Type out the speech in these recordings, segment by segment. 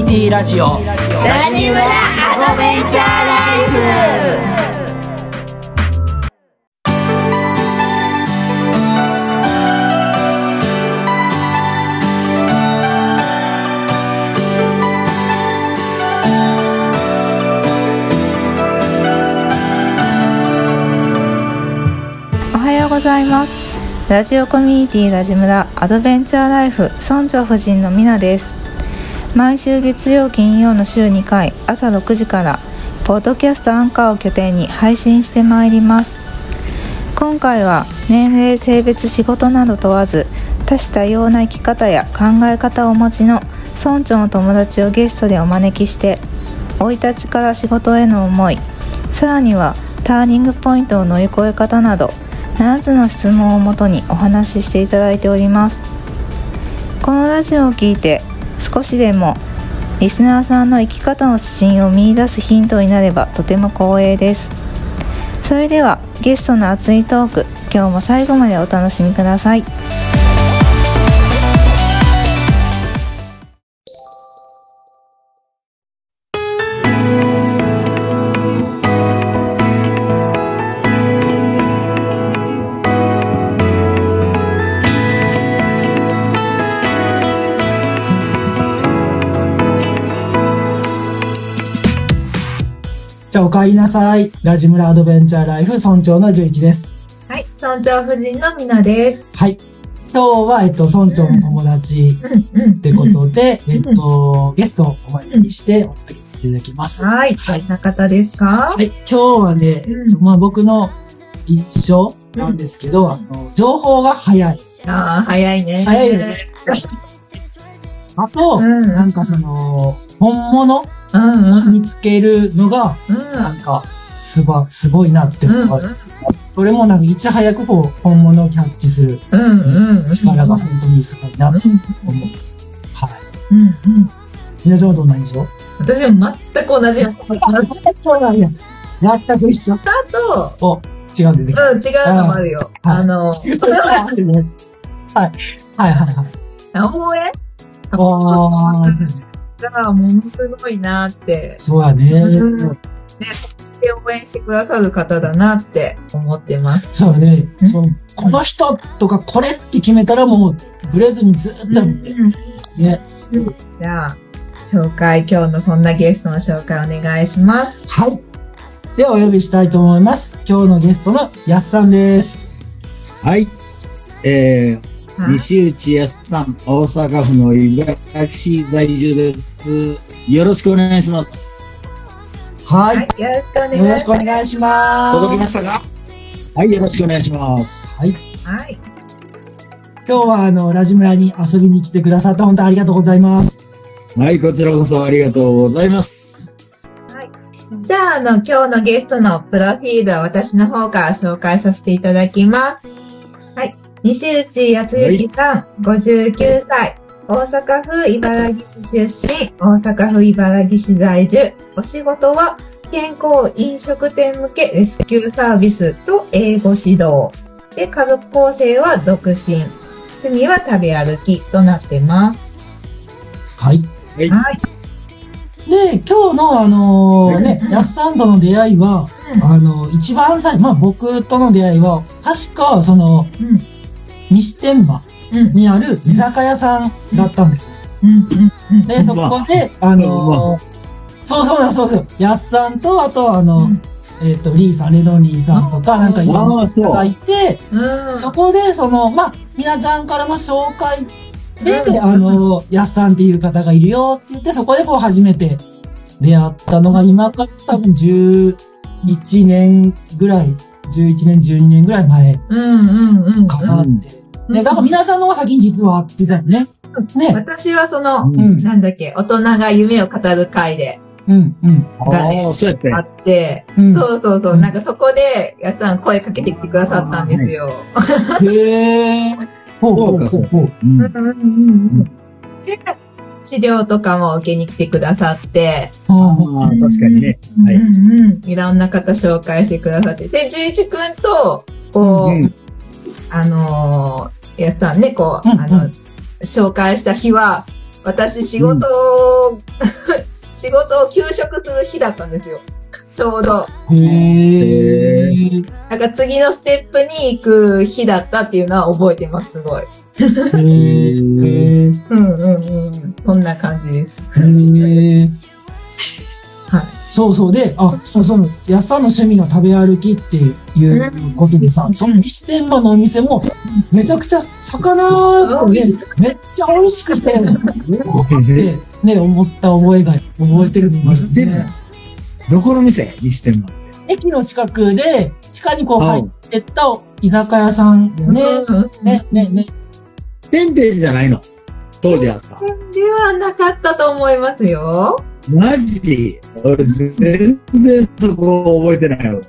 ティラジオラジムラアドベンチャーライフ。 おはようございます。ラジオコミュニティラジムラアドベンチャーライフ村長夫人のみなです。毎週月曜金曜の週2回朝6時からポッドキャストアンカーを拠点に配信してまいります。今回は年齢性別仕事など問わず多種多様な生き方や考え方をお持ちの村長の友達をゲストでお招きして生い立ちから仕事への思い、さらにはターニングポイントを乗り越え方など7つの質問をもとにお話ししていただいております。このラジオを聞いて少しでもリスナーさんの生き方の指針を見出すヒントになればとても光栄です。それではゲストの熱いトーク、今日も最後までお楽しみください。 じゃあお帰りなさい。ラジムラアドベンチャーライフ村長の11です。 はい、村長夫人のみなです。 はい。今日は村長の友達ってことで、ゲストをお招きしてお届けしていただきます。 はい。どんな方ですか？ はい。今日はね、僕の印象なんですけど、情報が早い。 ああ、早いね。 早いよね。あと、なんか本物見つけるのが、なんか、すごいなって思う。それもなんかいち早く本物をキャッチする力が本当にすごいなと思う。はい。皆さんはどんな印象？ 私は全く同じ。 そうなんや。全く一緒。 あと、 違うんでね。 違うのもあるよ。 はい。 応援がものすごいなって。 そうやね。 で、応援してくださる方だなって思ってます。 そうね。この人とかこれって決めたらもうブレずにずっとね。 じゃあ、今日のそんなゲストの紹介お願いします。 はい。ではお呼びしたいと思います。今日のゲストのやすさんです。 はい。西内康さん、大阪府の茨城市在住です。よろしくお願いします。 はい。 よろしくお願いします。 届きましたか？はい、よろしくお願いします。 はい。今日はラジムラに遊びに来てくださって本当にありがとうございます。 はい、こちらこそありがとうございます。 はい。じゃあ、今日のゲストのプロフィールは私の方から紹介させていただきます。西内康之さん、59歳、大阪府茨城市出身、大阪府茨城市在住。お仕事は健康飲食店向けレスキューサービスと英語指導。で、家族構成は独身。趣味は食べ歩きとなってます。 はい。で、今日のやすさんとの出会いは、一番最初、僕との出会いは、確か西天満にある居酒屋さんだったんですよ。で、そこで、そう。やすさんと、あとリーさん、レドニーさんとか、なんかいろんな方がいて、そこで、みなちゃんからの紹介で、やすさんっていう方がいるよって言って、そこで初めて出会ったのが、今から多分11年ぐらい、11年、12年ぐらい前かなって。ね、だからみなちゃんの方が先に実は会ってたよね。ね。 私はなんだっけ、大人が夢を語る会で、がね、あって、そう、なんかそこで、やすさん声かけてきてくださったんですよ。 へー。 そうか。 で、治療とかも受けに来てくださって、 確かにね。 いろんな方紹介してくださって、で、11くんと、やさんね、紹介した日は、私仕事仕事を休職する日だったんですよ。ちょうど。なんか次のステップに行く日だったっていうのは覚えてます、すごい。そんな感じです。 はい。そうそう。で、その、安さんの趣味が食べ歩きっていうことでさ、その西天満のお店も、めちゃくちゃ魚がね、めっちゃ美味しくて、ってね、思った覚えてるんですね。 どこの店西天満？ 駅の近くで、地下にこう入ってった居酒屋さんね。 弁天じゃないの？当時あった。 弁天ではなかったと思いますよ。 マジ？俺全然そこ覚えてないよ。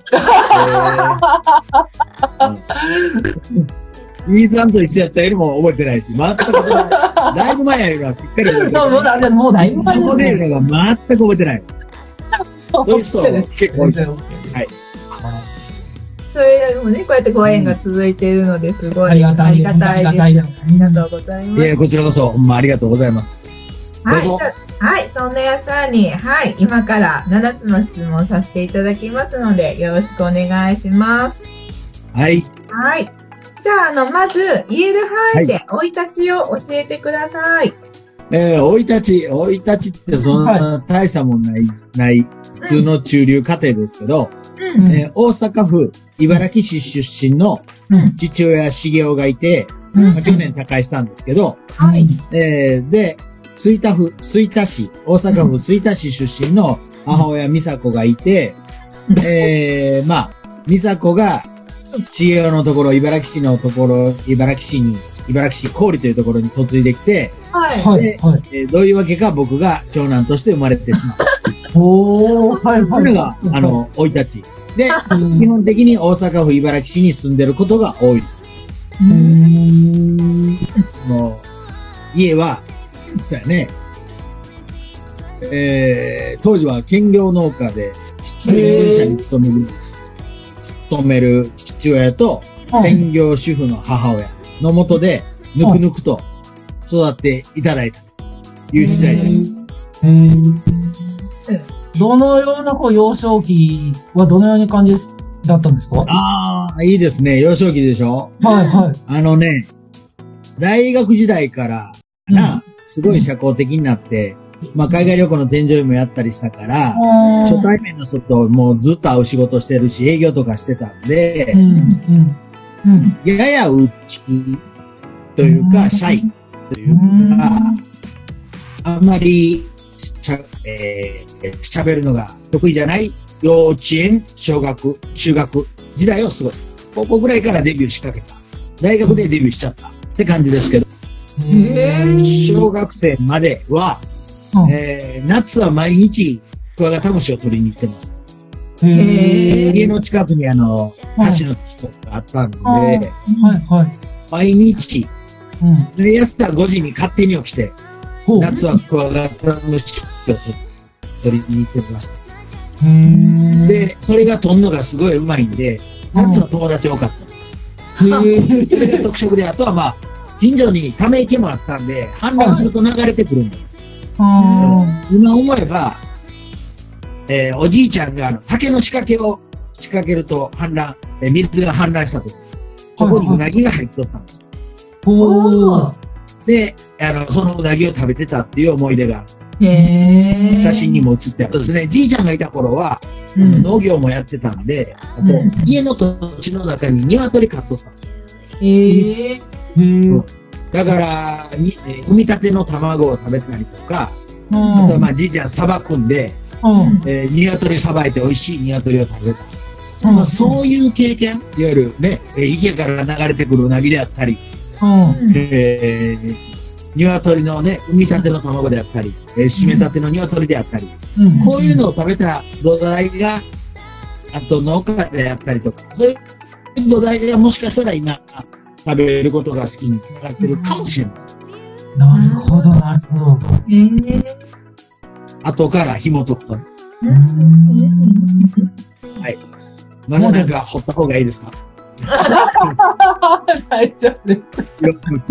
兄さんと一緒やったよりも覚えてないし、全くその、だいぶ前やるのはしっかり覚えてない。 もうだいぶ前ですね。 そこでのが全く覚えてない。そういう人結構多いです。はい。 それでもね、こうやってご縁が続いているので、すごいありがたいです。ありがとうございます。 いや、こちらこそ、ありがとうございます。 はい、そんなやさんに、今から7つの質問させていただきますので、よろしくお願いします。 はい。 じゃあ、まず、言える範囲で、生い立ちを教えてください。 生い立ちってそんな大したもんない、普通の中流家庭ですけど、大阪府茨木市出身の父親茂雄がいて、去年他界したんですけど、で、大阪府吹田市出身の母親美佐子がいて、美佐子が茂雄のところ、茨木市郡というところに嫁いできて、どういうわけか僕が長男として生まれてしまった。これが、生い立ち。で、基本的に大阪府茨木市に住んでることが多い。家は、そうやね。当時は兼業農家で、新聞社に勤める父親と、専業主婦の母親の下で、ぬくぬくと育っていただいたという時代です。 どのような幼少期はどのような感じだったんですか？ いいですね。幼少期でしょ？大学時代からすごい社交的になって、海外旅行の添乗員もやったりしたから、初対面の人ともうずっと会う仕事してるし、営業とかしてたんで、やや内気というか、シャイというか、あんまり喋るのが得意じゃない幼稚園、小学、中学時代を過ごす。高校ぐらいからデビューしかけた。大学でデビューしちゃったって感じですけど。小学生までは、夏は毎日クワガタムシを取りに行ってます。家の近くに箸の木とかあったんで、毎日、朝5時に勝手に起きて、夏はクワガタムシを取りに行ってました。で、それが取るのがすごいうまいんで、夏は友達多かったです。それが特色で、あとは近所にため池もあったんで、氾濫すると流れてくるんだよ。今思えば、おじいちゃんが竹の仕掛けを仕掛けると水が氾濫したと。ここにうなぎが入っとったんですよ。で、そのうなぎを食べてたっていう思い出が、写真にも写ってある。そうですね。じいちゃんがいた頃は、農業もやってたんで、あと、家の土地の中に鶏飼っとったんですよ。だから、産みたての卵を食べたりとか、あとはじいちゃんさばくんで、鶏さばいて美味しい鶏を食べた。そういう経験、いわゆるね、池から流れてくるうなぎであったり、鶏のね、産みたての卵であったり、締めたての鶏であったり、こういうのを食べた土台が、あと農家であったりとか、そういう土台がもしかしたら今、食べることが好きにつながってるかもしれません。 なるほど、なるほど。 後から紐解くと。はい。まだなんか掘った方がいいですか？ 大丈夫です。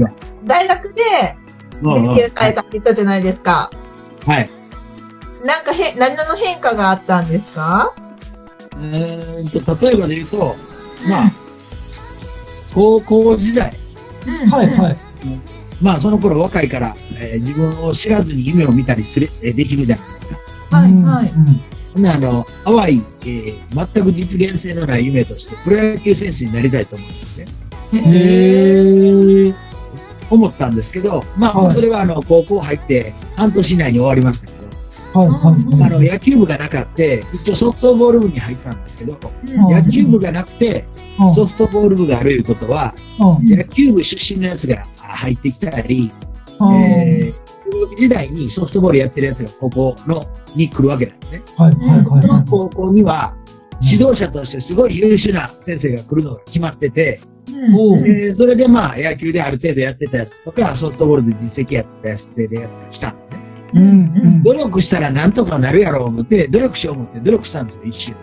大学で、デビューされたって言ったじゃないですか。 はい。 なんか何の変化があったんですか？ 例えばで言うと、まあ、高校時代。 はいはい。 まあ、その頃若いから、自分を知らずに夢を見たりできるじゃないですか。 はいはい。 淡い、全く実現性のない夢として、プロ野球選手になりたいと思うんですね。思ったんですけど、まあ、それは高校入って半年以内に終わりましたけど、野球部がなかった、一応ソフトボール部に入ったんですけど、野球部がなくて、ソフトボール部があるいうことは、野球部出身のやつが入ってきたり、時代にソフトボールやってるやつが高校に来るわけなんですね。その高校には、指導者としてすごい優秀な先生が来るのが決まってて、それでまあ野球である程度やってたやつとか、ソフトボールで実績やってたやつが来たんですね。努力したらなんとかなるやろう思って、努力しよう思って努力したんですよ、一瞬。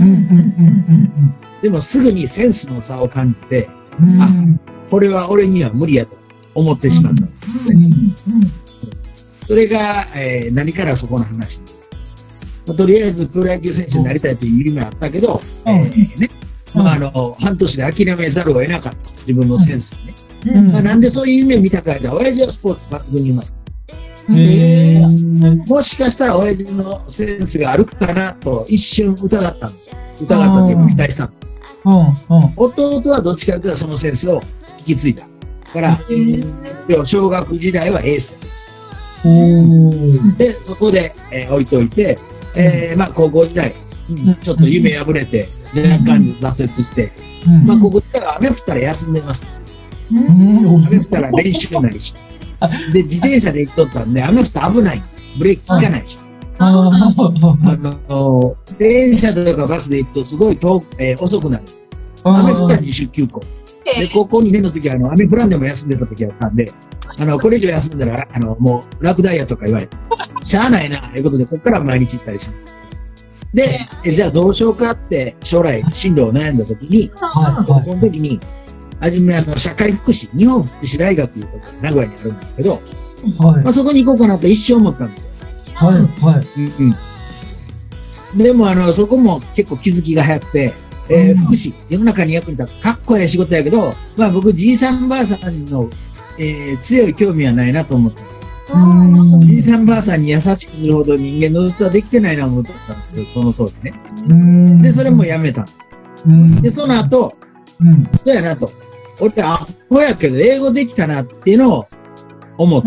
でもすぐにセンスの差を感じて、あ、これは俺には無理やと思ってしまったんですね。それが、何からそこの話になります。とりあえずプロ野球選手になりたいという夢はあったけど、まあ半年で諦めざるを得なかった。自分のセンスをね。まあなんでそういう夢を見たかと、親父はスポーツ抜群にうまいです。もしかしたら親父のセンスがあるかなと一瞬疑ったんですよ。疑ったというか期待したんです。弟はどっちかというとそのセンスを引き継いだ。から、小学時代はエース。で、そこで、置いといて、まあ高校時代、ちょっと夢破れて、若干挫折して、まあここでは雨降ったら休んでます。雨降ったら練習ないし。で、自転車で行っとったんで、雨降ったら危ない。ブレーキ効かないでしょ。電車とかバスで行くとすごい遅くなる。雨降ったら自主休校。で、高校2年の時は雨降らんでも休んでた時があったんで、これ以上休んだら、もう落第やとか言われて、しゃあないな、ということで、そこから毎日行ったりします。で、じゃあどうしようかって、将来進路を悩んだ時に、その時に、はじめ社会福祉、日本福祉大学というところ、名古屋にあるんですけど、まあそこに行こうかなと一生思ったんですよ。でもそこも結構気づきが早くて、福祉、世の中に役に立つ、かっこいい仕事やけど、まあ僕、じいさんばあさんの、強い興味はないなと思った。じいさんばあさんに優しくするほど人間の器できてないなと思ったんですよ、その当時ね。で、それもやめたんです。で、その後、そうやなと。俺、アホやけど、英語できたなっていうのを思って、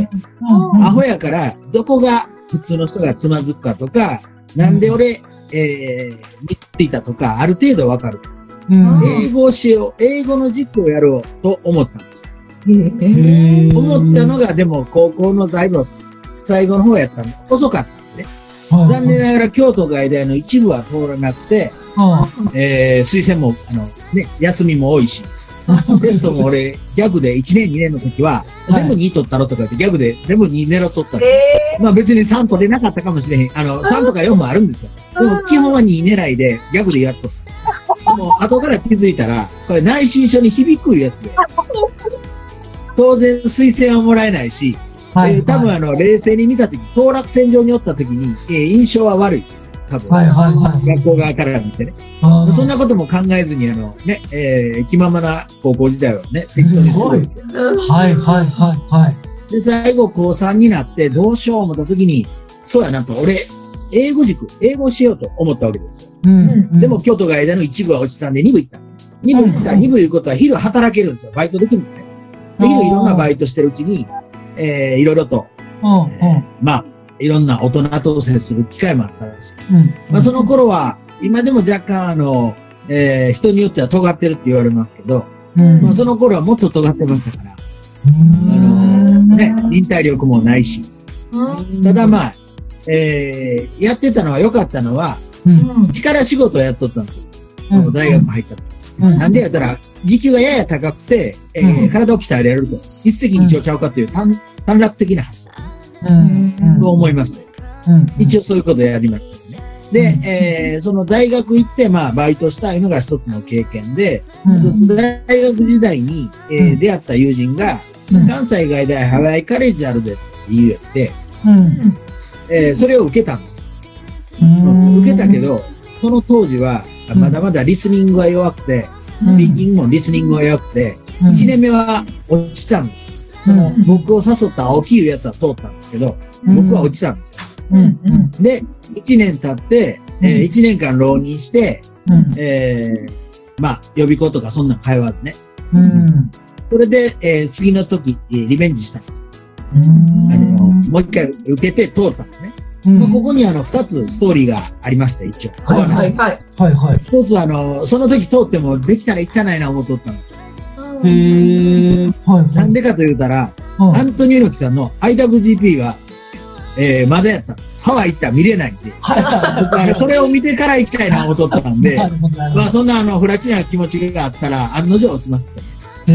アホやから、どこが普通の人がつまずくかとか、なんで俺、見ていたとか、ある程度わかる。英語をしよう。英語の塾をやろうと思ったんですよ。思ったのが、でも、高校のだいぶ最後の方やったんで、遅かったんでね。残念ながら、京都外大の一部は通らなくて、推薦も、休みも多いし、テストも俺、ギャグで1年2年の時は、全部2取ったろとか言って、ギャグで全部2狙っとったし、まあ別に3取れなかったかもしれへん。3とか4もあるんですよ。でも基本は2狙いで、ギャグでやっとった。でも後から気づいたら、これ内申書に響くやつで、当然推薦はもらえないし、多分冷静に見た時、当落線上におった時に、印象は悪いです。多分。学校側から見てね。そんなことも考えずに、気ままな高校時代はね、適当にすごいですよ。で、最後高3になって、どうしよう思った時に、そうやなと、俺、英語をしようと思ったわけですよ。でも、京都外大の一部は落ちたんで、2部行った。2部いうことは昼働けるんですよ。バイトできるんですね。で、昼いろんなバイトしてるうちに、いろいろと、まあ、いろんな大人と接する機会もあったんですよ。まあその頃は、今でも若干人によっては尖ってるって言われますけど、まあその頃はもっと尖ってましたから、忍耐力もないし、ただまあ、やってたのは良かったのは、力仕事をやっとったんですよ。その大学入ったと。なんでやったら、時給がやや高くて、体を鍛えられると。一石二鳥ちゃうかという短絡的な発想。と思います。一応そういうことをやりますね。で、その大学行って、まあ、バイトしたいのが一つの経験で、大学時代に、出会った友人が、関西外大ハワイカレッジあるでって言うやって、 それを受けたんですよ。受けたけど、その当時は、まだまだリスニングが弱くて、スピーキングもリスニングが弱くて、1年目は落ちたんですよ。僕を誘った青木いうやつは通ったんですけど、僕は落ちたんですよ。で、1年経って、1年間浪人して、まあ、予備校とかそんなん通わずね。それで、次の時、リベンジしたんです。もう一回受けて通ったんですね。まあ、ここに2つストーリーがありまして、一応。一つはその時通ってもできたら行かないな思っとったんですよ。なんでかと言うたら、アントニオ猪木さんの IWGP が、まだやったんです。ハワイ行ったら見れないんで。僕それを見てから行きたいな思っとったんで、まあそんなフラチな気持ちがあったら案の定落ちましたね。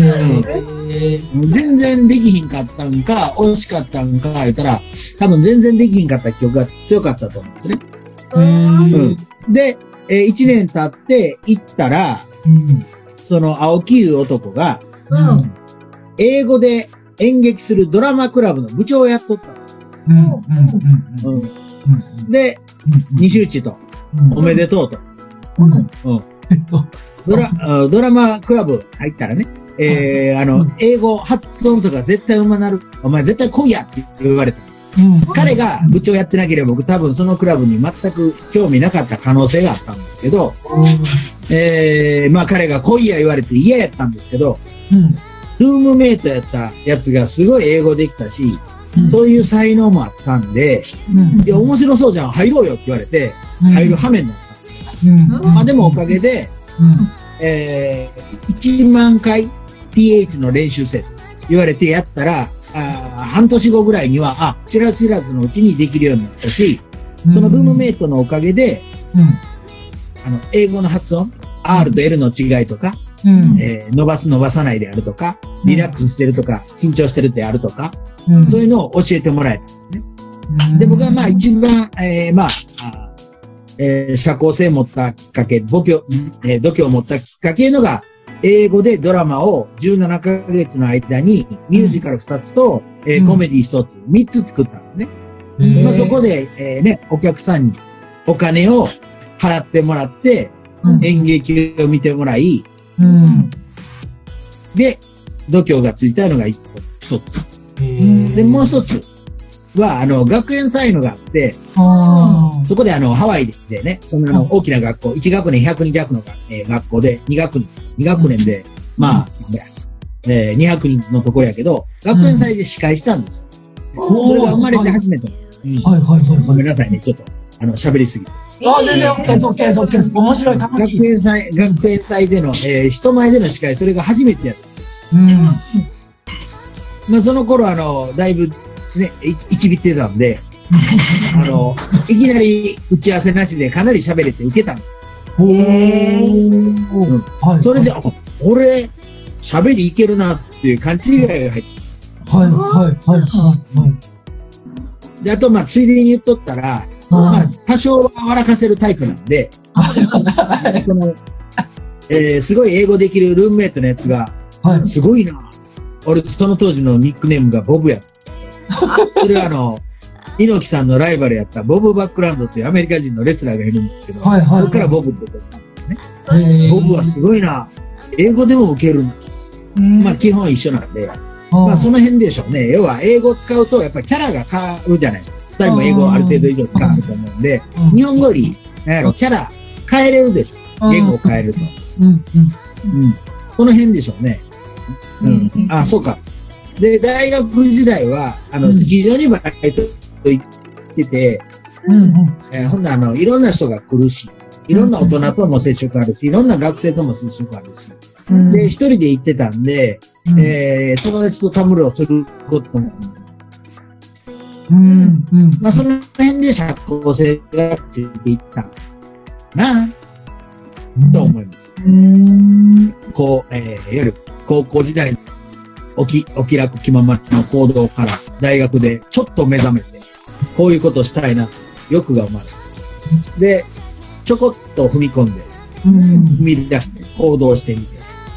全然できひんかったんか、惜しかったんか言ったら、多分全然できひんかった記憶が強かったと思うんですね。で、1年経って行ったら、その青木いう男が、英語で演劇するドラマクラブの部長をやっとったんですよ。で、西内と、おめでとうと。ドラマクラブ入ったらね、英語発音とか絶対うまなる。お前絶対来いやって言われたんですよ。彼が部長やってなければ僕多分そのクラブに全く興味なかった可能性があったんですけど、まあ彼が来いや言われて嫌やったんですけど、ルームメイトやったやつがすごい英語できたし、そういう才能もあったんで、いや面白そうじゃん、入ろうよって言われて、入る羽目になったんですよ。まあでもおかげで、1万回 TH の練習せって言われてやったら、半年後ぐらいには、知らず知らずのうちにできるようになったし、そのルームメイトのおかげで、英語の発音、R と L の違いとか、伸ばす伸ばさないであるとか、リラックスしてるとか、緊張してるであるとか、そういうのを教えてもらえたんですね。で、僕はまあ一番、社交性を持ったきっかけ、度胸を持ったきっかけのが、英語でドラマを17ヶ月の間にミュージカル2つと、コメディ1つ、3つ作ったんですね。まあそこで、お客さんにお金を払ってもらって、演劇を見てもらい、で、度胸がついたのが1つ。で、もう1つは、学園祭のがあって、そこでハワイでね、そんな大きな学校、1学年100人弱の学校で、2学年で、まあ、200人のところやけど、学園祭で司会したんですよ。それが生まれて初めて。ごめんなさいね、ちょっと、喋りすぎて。 全然 OK、面白い、楽しい。 学園祭での、人前での司会、それが初めてやった。まあ、その頃だいぶ、ね、一ビってたんで、いきなり打ち合わせなしでかなり喋れて受けたんですよ。それで、俺、喋りいけるなっていう勘違いが入って。で、あと、まあ、ついでに言っとったら、まあ、多少は笑かせるタイプなんで、すごい英語できるルームメイトのやつが、すごいな。俺、その当時のニックネームがボブや。それは猪木さんのライバルやったボブ・バックランドっていうアメリカ人のレスラーがいるんですけど、そこからボブって言ったんですよね。ボブはすごいな。英語でも受けるな。まあ基本一緒なんで、まあその辺でしょうね。要は英語を使うとやっぱりキャラが変わるじゃないですか。二人も英語をある程度以上使うと思うんで、日本語より、なんやろ、キャラ変えれるでしょ。言語を変えると。この辺でしょうね。そうか。で、大学時代は、スキー場にバイト行ってて、そんないろんな人が来るし、いろんな大人とも接触あるし、いろんな学生とも接触あるし、で、一人で行ってたんで、友達とたむろをすることも、まあ、その辺で社交性がついていったなと思います。いわゆる高校時代のお気楽気ままの行動から大学でちょっと目覚めて、こういうことしたいな、欲が生まれる。で、ちょこっと踏み込んで、踏み出して行動してみて。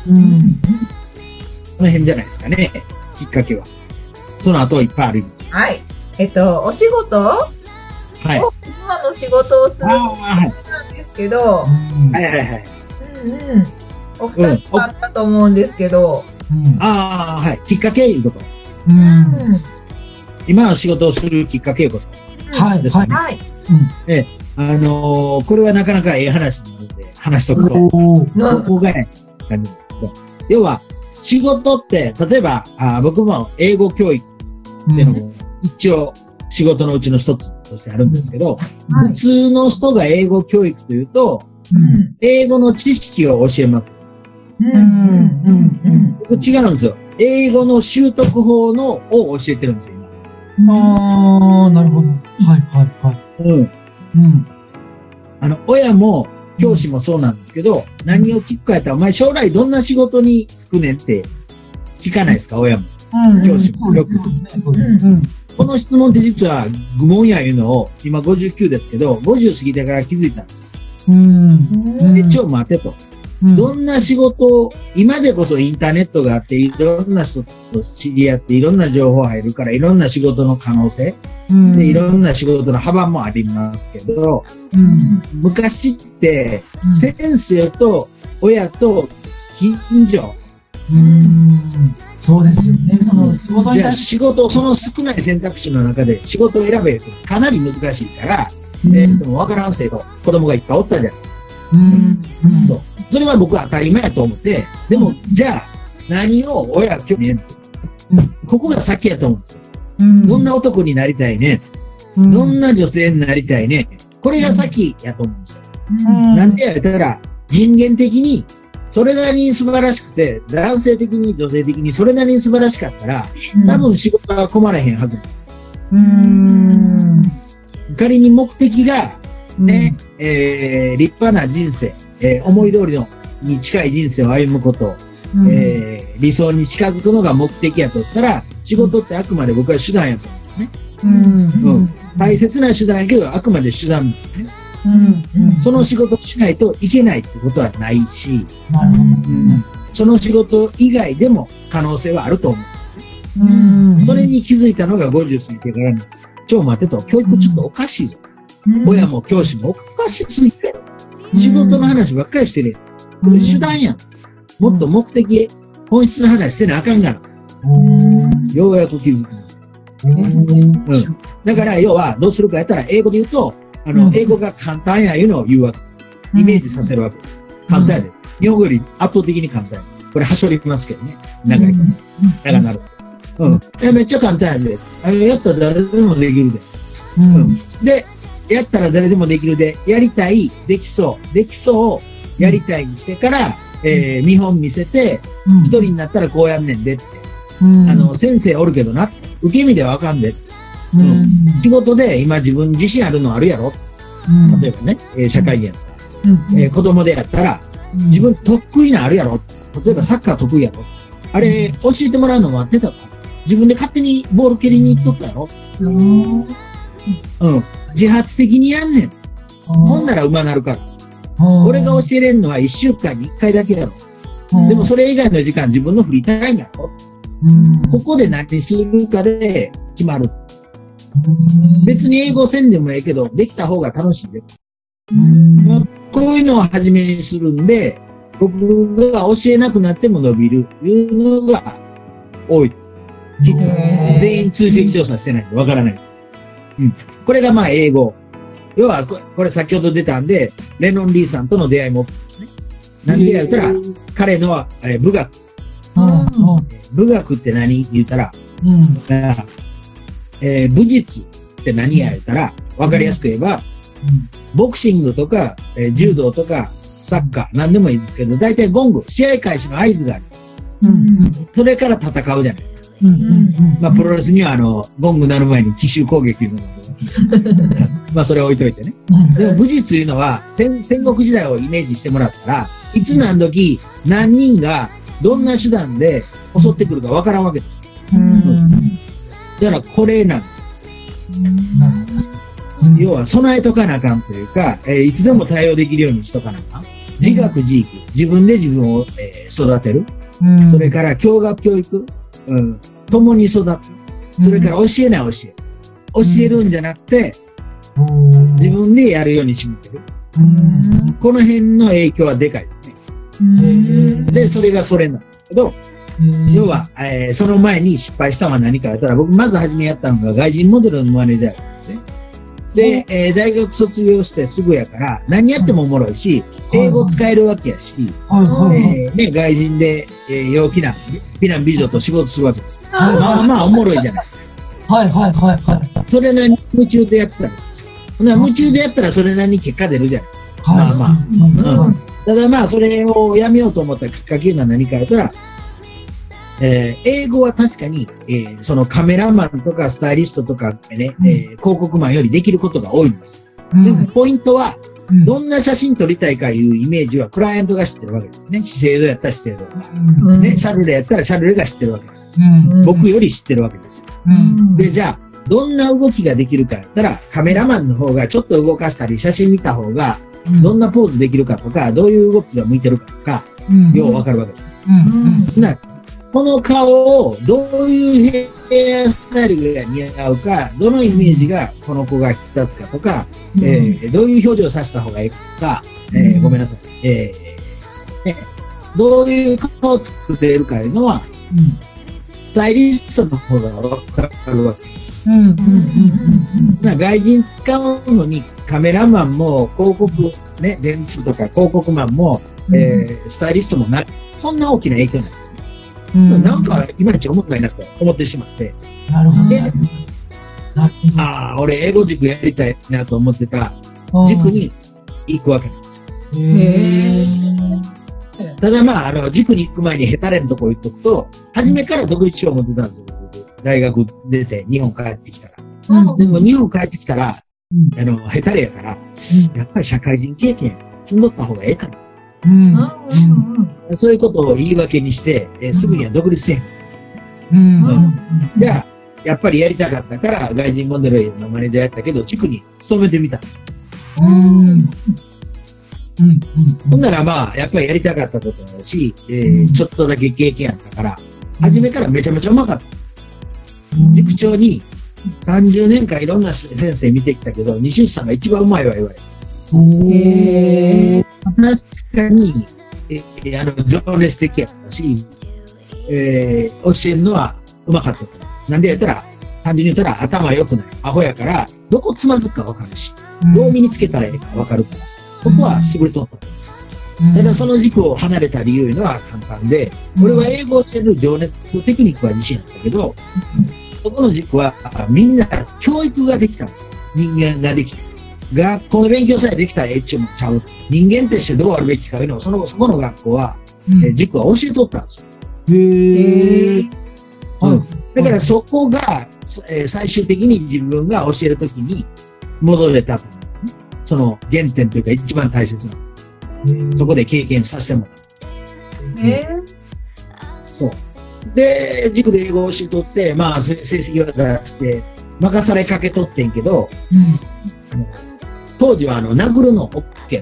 この辺じゃないですかね、きっかけは。その後いっぱいある。 はい。お仕事はい。 今の仕事をするなんですけど、 はいはいはい。 お二人あったと思うんですけど、 ああ、はい。きっかけいうこと。今の仕事をするきっかけいうこと。 はい、はい。 はい。 これはなかなかええ話なので、話しとくと。ここがね、感じですけど。要は、仕事って、例えば、僕も英語教育っていうのも、一応、仕事のうちの一つとしてあるんですけど、普通の人が英語教育というと、英語の知識を教えます。僕違うんですよ。英語の習得法を教えてるんですよ、 今。なるほど。はい、はい、はい。 親も、教師もそうなんですけど、何を聞くかやったら、お前将来どんな仕事に就くねんって聞かないですか、親も。教師も。よく。そうですね、そうですね。この質問って実は愚問やいうのを、今59ですけど、50過ぎてから気づいたんです。で、ちょ、待てと。どんな仕事を、今でこそインターネットがあって、いろんな人と知り合って、いろんな情報入るから、いろんな仕事の可能性、で、いろんな仕事の幅もありますけど、昔って、先生と親と近所。 そうですよね。その仕事に対して。 仕事、その少ない選択肢の中で仕事を選べるとかなり難しいから、でも分からん生徒、子供がいっぱいおったじゃないですか。そう。それは僕は当たり前やと思って、でも、じゃあ、何を親興味ねん。ここが先やと思うんですよ。どんな男になりたいね。どんな女性になりたいね。これが先やと思うんですよ。なんでやったら、人間的に、それなりに素晴らしくて、男性的に女性的にそれなりに素晴らしかったら、多分仕事は困らへんはずなんですよ。仮に目的が、ね、立派な人生、思い通りのに近い人生を歩むこと、理想に近づくのが目的やとしたら、仕事ってあくまで僕は手段やと思うんですね。大切な手段やけど、あくまで手段なんですね。その仕事しないといけないってことはないし、その仕事以外でも可能性はあると思う。それに気づいたのが50過ぎてからに、ちょ待てと、教育ちょっとおかしいぞ。親も教師もおかしすぎる。仕事の話ばっかりしてる。これ手段やん。もっと目的、本質の話してなあかんから。ようやく気づきます。だから、要は、どうするかやったら、英語で言うと、英語が簡単やいうのを言うわけです。イメージさせるわけです。簡単やで。日本語より圧倒的に簡単や。これ、はしょりますけどね。長いこと。長なる。めっちゃ簡単やで。やったら誰でもできるで。で、やったら誰でもできるで、やりたい、できそう、やりたいにしてから、見本見せて、一人になったらこうやんねんでって。先生おるけどな、受け身ではわかんで。仕事で今自分自身あるのあるやろ。例えばね、社会人やったら。子供でやったら、自分得意なあるやろ。例えばサッカー得意やろ。あれ、教えてもらうの待ってたから。自分で勝手にボール蹴りに行っとったやろ。自発的にやんねん。ほんなら馬なるから。俺が教えれんのは1週間に1回だけやろ。でもそれ以外の時間自分のフリータイムやろ。ここで何するかで決まる。別に英語せんでもええけど、できた方が楽しいで。こういうのを初めにするんで、僕が教えなくなっても伸びるいうのが多いです。きっと全員追跡調査してないんでわからないです。これがまあ英語。要は、これ先ほど出たんで、レノン・リーさんとの出会いもですね。なんでやったら、彼の武学。武学って何言ったら、武術って何や言ったら、わかりやすく言えば、ボクシングとか、柔道とか、サッカー、何でもいいですけど、大体ゴング、試合開始の合図がある。それから戦うじゃないですか。まあ、プロレスにはゴング鳴る前に奇襲攻撃いうのがまあ、それ置いといてね。でも武術いうのは戦国時代をイメージしてもらったら、いつ何時、何人がどんな手段で襲ってくるかわからんわけです。だからこれなんですよ。要は備えとかなあかんというか、いつでも対応できるようにしとかなあかん。自学自育、自分で自分を、育てる。それから教学教育、共に育つ。それから教えない教え。教えるんじゃなくて、 自分でやるようにしめてる。この辺の影響はでかいですね。で、それがそれなんだけど、要は、その前に失敗したのは何かやったら、僕まず初めやったのが外人モデルのマネージャーなんですね。で、大学卒業してすぐやから、何やってもおもろいし、英語使えるわけやし、ね、外人で、陽気な美男美女と仕事するわけです。まあまあおもろいじゃないですか。それなりに夢中でやってたんですよ。夢中でやったらそれなりに結果出るじゃないですか。まあまあ。ただまあ、それをやめようと思ったきっかけが何かやったら、英語は確かに、そのカメラマンとかスタイリストとかね、広告マンよりできることが多いんです。でもポイントは、どんな写真撮りたいかいうイメージはクライアントが知ってるわけですね。資生堂やったら資生堂。ね、シャルレやったらシャルレが知ってるわけです。僕より知ってるわけですよ。で、じゃあ、どんな動きができるかやったら、カメラマンの方がちょっと動かしたり、写真見た方が、どんなポーズできるかとか、どういう動きが向いてるかとか、ようわかるわけです。この顔をどういうヘアスタイルが似合うか、どのイメージがこの子が引き立つかとか、どういう表情をさせた方がいいか、ごめんなさい。どういう顔を作れるかいうのは、スタイリストの方がわかるわけ。外人使うのにカメラマンも広告、ね、電通とか広告マンも、スタイリストもそんな大きな影響なんですね。なんか、いまいち重くないなと思ってしまって。 なるほど。 俺、英語塾やりたいなと思ってた塾に行くわけなんですよ。ただまあ、塾に行く前にヘタレのとこ言っとくと、初めから独立しよう思ってたんですよ。大学出て日本帰ってきたら。でも日本帰ってきたら、ヘタレやから、やっぱり社会人経験積んどった方がええかな。そういうことを言い訳にして、すぐには独立せん。じゃあ、やっぱりやりたかったから、外人モデルのマネージャーやったけど、塾に勤めてみたんですよ。ほんならまあ、やっぱりやりたかったことだし、ちょっとだけ経験あったから、初めからめちゃめちゃうまかった。塾長に30年間いろんな先生見てきたけど、西内さんが一番うまいわ言われて。確かに、情熱的やったし、教えるのはうまかったと。なんでやったら、単純に言ったら頭良くない。アホやから、どこつまずくかわかるし、どう身につけたらいいかわかるから、ここは優れとった。ただその軸を離れた理由は簡単で、俺は英語を教える情熱とテクニックは自信あったけど、そこの軸はみんな教育ができたんですよ。人間ができた。学校の勉強さえできたらええっちゅうもちゃう。人間としてどうあるべきかいうのをそこの学校は、塾は教えとったんですよ。だからそこが、最終的に自分が教えるときに戻れたと。その原点というか一番大切な。そこで経験させてもらう。そう。で、塾で英語を教えとって、まあ、成績を出して、任されかけとってんけど、当時は殴るの OK。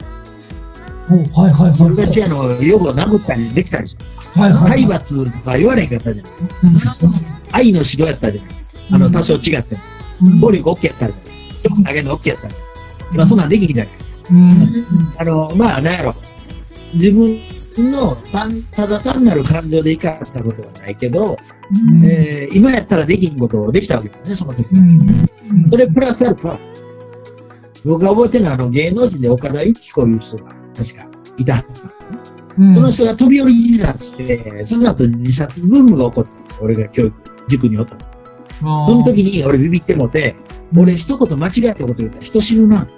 昔よく殴ったりできたりして、体罰とか言われへんかったじゃないですか。愛の指導やったじゃないですか。多少違っても。暴力 OK やったじゃないですか。ちょっと投げるの OK やったじゃないですか。今そんなんできひんじゃないですか。まあ、なんやろ。自分のただ単なる感情で怒ったことはないけど、今やったらできひんことをできたわけですね、その時。それプラスアルファ。僕が覚えてるのは芸能人で岡田由紀子いう人が確かいたはずなんですね。その人が飛び降り自殺して、その後自殺ブームが起こったんです。俺が塾におったの。その時に俺ビビってもて、俺一言間違えたこと言ったら人死ぬな。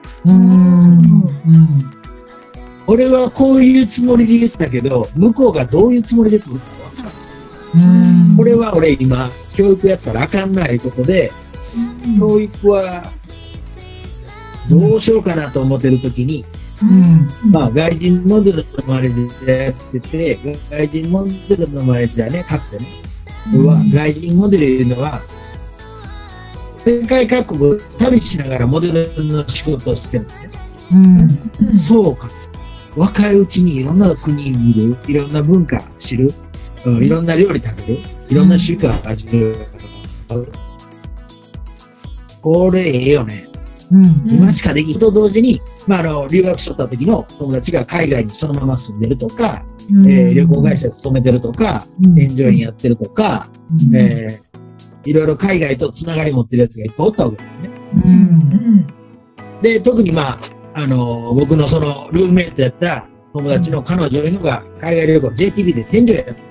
俺はこういうつもりで言ったけど、向こうがどういうつもりで取るか分からん。これは俺今、教育やったらあかんないことで、教育はどうしようかなと思ってるときに、まあ外人モデルのマネージャーやってて、外人モデルのマネージャーね、かつてね、外人モデルいうのは、世界各国旅しながらモデルの仕事をしてるんですね。そうか。若いうちにいろんな国見る、いろんな文化知る、いろんな料理食べる、いろんな習慣味わう。これええよね。 今しかできると同時に、留学しとった時の友達が海外にそのまま住んでるとか、旅行会社勤めてるとか、添乗員やってるとか、いろいろ海外とつながり持ってるやつがいっぱいおったわけですね。で、特に僕のそのルームメイトやった友達の彼女いうのが海外旅行 JTB で添乗員やってる。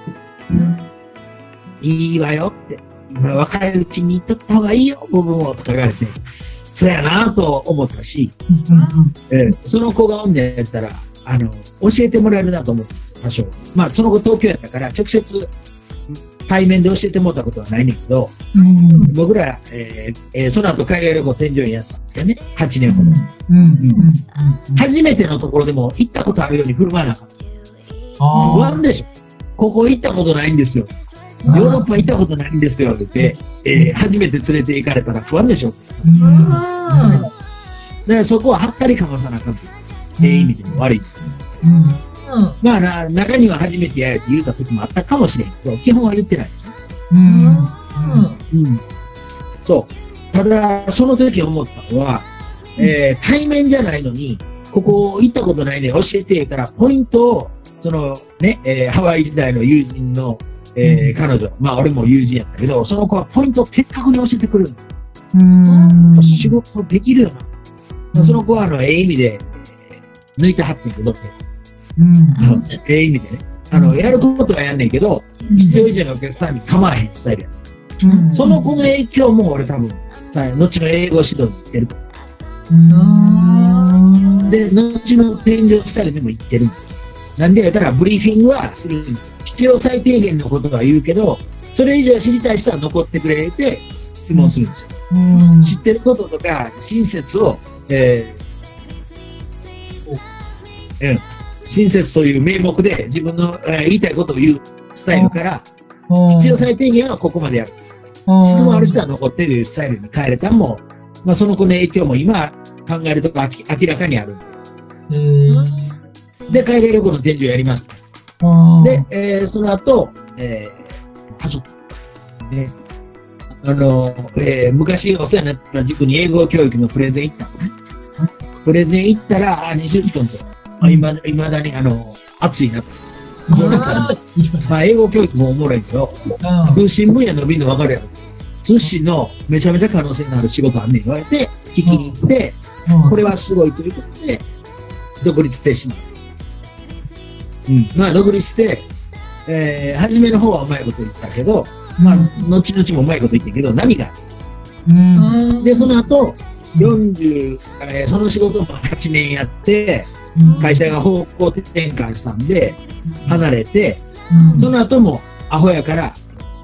いいわよって。今若いうちに行っとった方がいいよ、僕も、とか言われて。そうやなと思ったし、その子がおんねやったら、教えてもらえるなと思ったんですよ、多少。その子東京やったから、直接対面で教えてもらったことはないねんけど、僕ら、その後海外旅行添乗員やったんですよね、8年ほど。初めてのところでも行ったことあるように振る舞わなかった。不安でしょ。ここ行ったことないんですよ。ヨーロッパ行ったことないんですよって、初めて連れて行かれたら不安でしょ。だからそこははったりかまさなあかんと。意味でも悪い。中には初めてやって言うた時もあったかもしれんけど、基本は言ってないですね。そう。ただ、その時思ったのは、対面じゃないのに、ここ行ったことないね、教えて言ったら、ポイントを、ハワイ時代の友人の、彼女、俺も友人やったけど、その子はポイントを的確に教えてくれる。仕事できるよな。その子は意味で、抜いてはってんけどって。意味でね。やることはやんねんけど、必要以上のお客さんに構わへんスタイルや。その子の影響も俺多分、後の英語指導に行ってる。で、後の天井スタイルにも生きてるんですよ。なんで言ったら、ブリーフィングはするんですよ。必要最低限のことは言うけど、それ以上知りたい人は残ってくれて質問するんですよ。知ってることとか、親切を、親切という名目で自分の、言いたいことを言うスタイルから、必要最低限はここまでやる。質問ある人は残ってるスタイルに変えれたも、その子の影響も今考えると明らかにある。で、海外旅行の展示をやりました。で、その後、パショッと。昔お世話になってた塾に英語教育のプレゼン行ったんですね。プレゼン行ったら、西内君と、いまだに熱いなと。英語教育もおもろいけど、通信分野伸びるの分かるやろ。通信のめちゃめちゃ可能性のある仕事あんねん言われて、聞きに行って、これはすごいということで、独立してしまう。独立して、初めの方はうまいこと言ったけど、後々もうまいこと言ってんけど、波がある。で、その後、その仕事も8年やって、会社が方向転換したんで、離れて、その後もアホやから、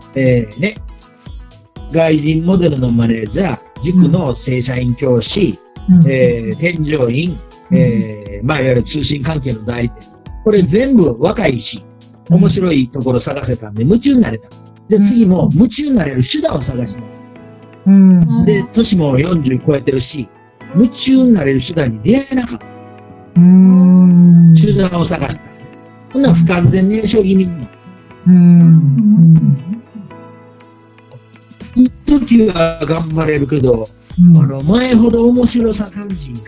外人モデルのマネージャー、塾の正社員教師、添乗員、いわゆる通信関係の代理店。これ全部若いし、面白いところ探せたんで、夢中になれた。で、次も夢中になれる手段を探してます。で、年も40超えてるし、夢中になれる手段に出会えなかった。手段を探した。こんな不完全燃焼気味になる。一時は頑張れるけど、前ほど面白さ感じんから。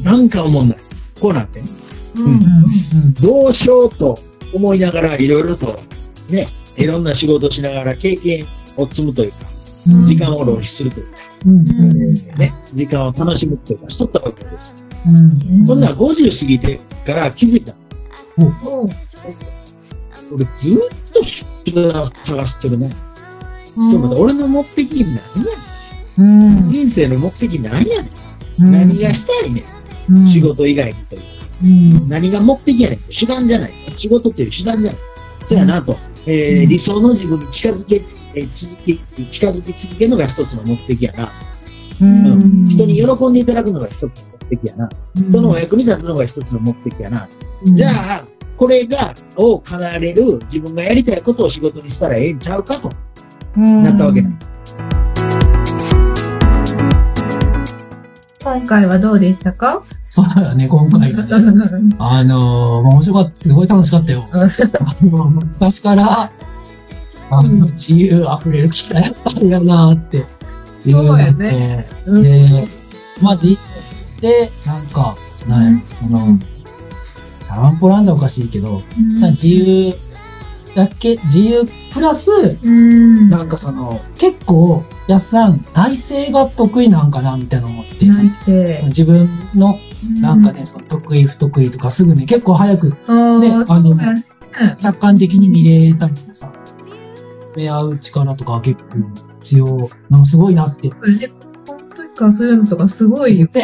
なんか思んない。こうなってね。どうしようと思いながらいろいろとね、いろんな仕事をしながら経験を積むというか、時間を浪費するというか、時間を楽しむというかしとったわけです。今度は50過ぎてから気づいた。俺ずっと手段探してるね。俺の目的何やねん。人生の目的何やねん。何がしたいねん。仕事以外にというか。何が目的やねん。手段じゃない。仕事っていう手段じゃない。そうやなと。理想の自分に近づき続けるのが一つの目的やな。人に喜んでいただくのが一つの目的やな。人のお役に立つのが一つの目的やな。じゃあ、これを叶えれる自分がやりたいことを仕事にしたらええんちゃうかとなったわけなんです。 今回はどうでしたか？ そうだね、今回がね。面白かった、すごい楽しかったよ。昔から、自由溢れる機会やったんやなーって。 いろいろあって、で、マジで、なんか、その、チャランポランじゃおかしいけど、自由プラス、なんかその、結構、やっさん、内政が得意なんかな、みたいな思って、自分の、なんかね、その得意不得意とかすぐね、結構早く、ね、客観的に見れたりとかさ、詰め合う力とか結構強い、なんかすごいなって。 本当にか、そういうのとかすごいよ。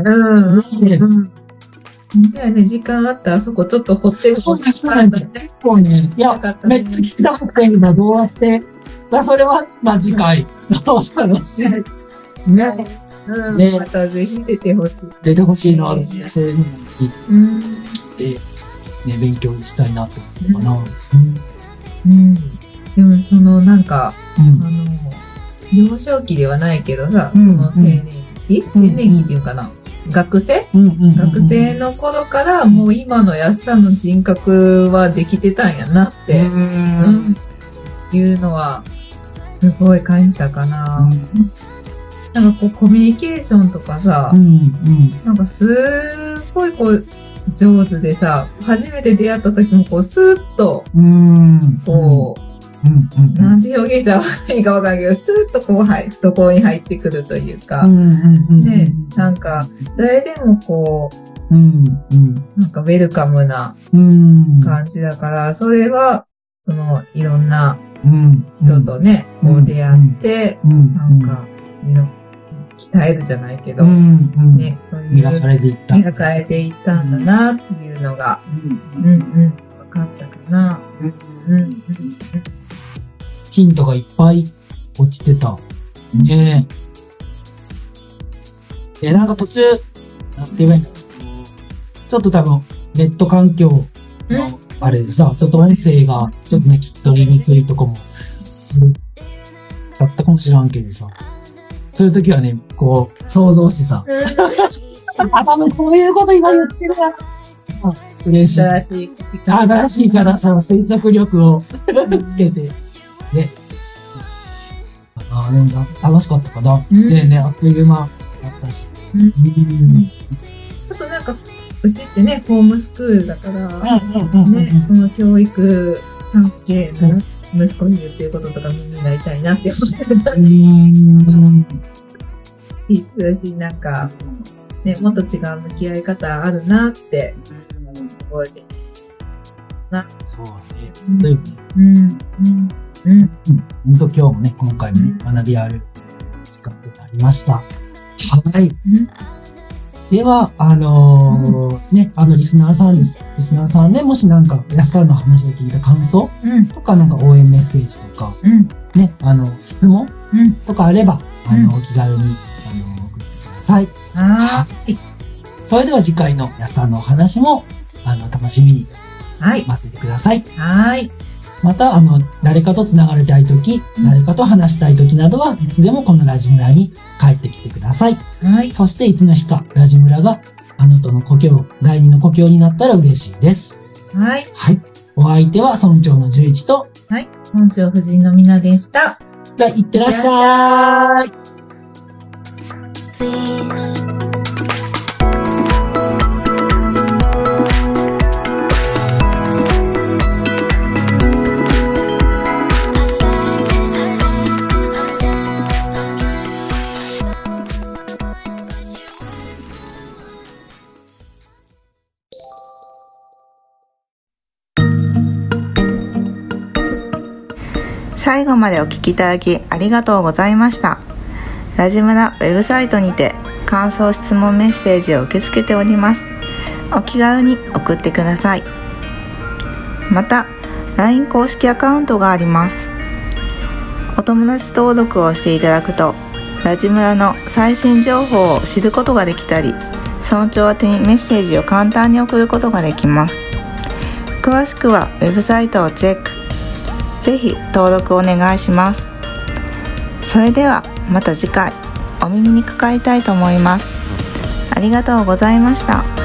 だよね、時間あったらそこちょっと掘ってる。 そうなんだ。結構ね、いや、めっちゃ聞きたかったけど、どうやって、それは、まあ次回、楽しい。ね。 またぜひ出てほしい。 出てほしいのは、そういうのも聞いて、ね、勉強したいなと思うかな。 でも、その、なんか、幼少期ではないけどさ、その青年期っていうかな。学生の頃からもう今のやすさんの人格はできてたんやなって、いうのはすごい感じたかな。なんかこうコミュニケーションとかさ、なんかすごいこう上手でさ、初めて出会った時もこうスーッと、こう、なんて表現したらいいかわかんないけど、スーッとこう懐に入ってくるというか、ね、なんか、誰でもこう、なんかウェルカムな感じだから、それは、その、いろんな人とね、こう出会って、なんか、鍛えるじゃないけど、ね、そういう、 磨かれていったんだな、っていうのが、分かったかな。 ヒントがいっぱい落ちてた。ねえ。なんか途中、なんて言えばいいんだろう。ちょっと多分、ネット環境のあれでさ、ちょっと音声がちょっとね、聞き取りにくいとこも、だったかもしらんけどさ。そういう時はね、こう、想像してさ、多分そういうこと今言ってるから、嬉しい。新しいからさ、推測力をつけて。ね。楽しかったかな。ね、あっという間だったし。あとなんか、うちってね、ホームスクールだから、ね、その教育関係の息子に言ってることとか耳が痛いなって思ってた。いいし、なんか、ね、もっと違う向き合い方あるなって、すごい。 そうね。だよね。本当今日もね、今回もね、学びある時間となりました。はい。では、ね、リスナーさんです。リスナーさんね、もしなんか、やすさんの話を聞いた感想とか、なんか応援メッセージとか、ね、質問とかあれば、お気軽に、送ってください。はい。それでは次回のやすさんのお話も、楽しみに待っててください。 はい。 また、誰かと繋がりたいとき、誰かと話したいときなどは、いつでもこのラジムラに帰ってきてください。 はい。 そして、いつの日か、ラジムラが、あなたの故郷、第二の故郷になったら嬉しいです。 はい。 はい。お相手は、村長の11と、 はい。村長夫人のみなでした。 じゃあ、いってらっしゃい。 最後までお聞きいただきありがとうございました。ラジムラウェブサイトにて感想質問メッセージを受け付けております。お気軽に送ってください。また LINE 公式アカウントがあります。お友達登録をしていただくとラジムラの最新情報を知ることができたり、村長宛てにメッセージを簡単に送ることができます。詳しくはウェブサイトをチェック。ぜひ登録お願いします。それではまた次回お耳にかかりたいと思います。ありがとうございました。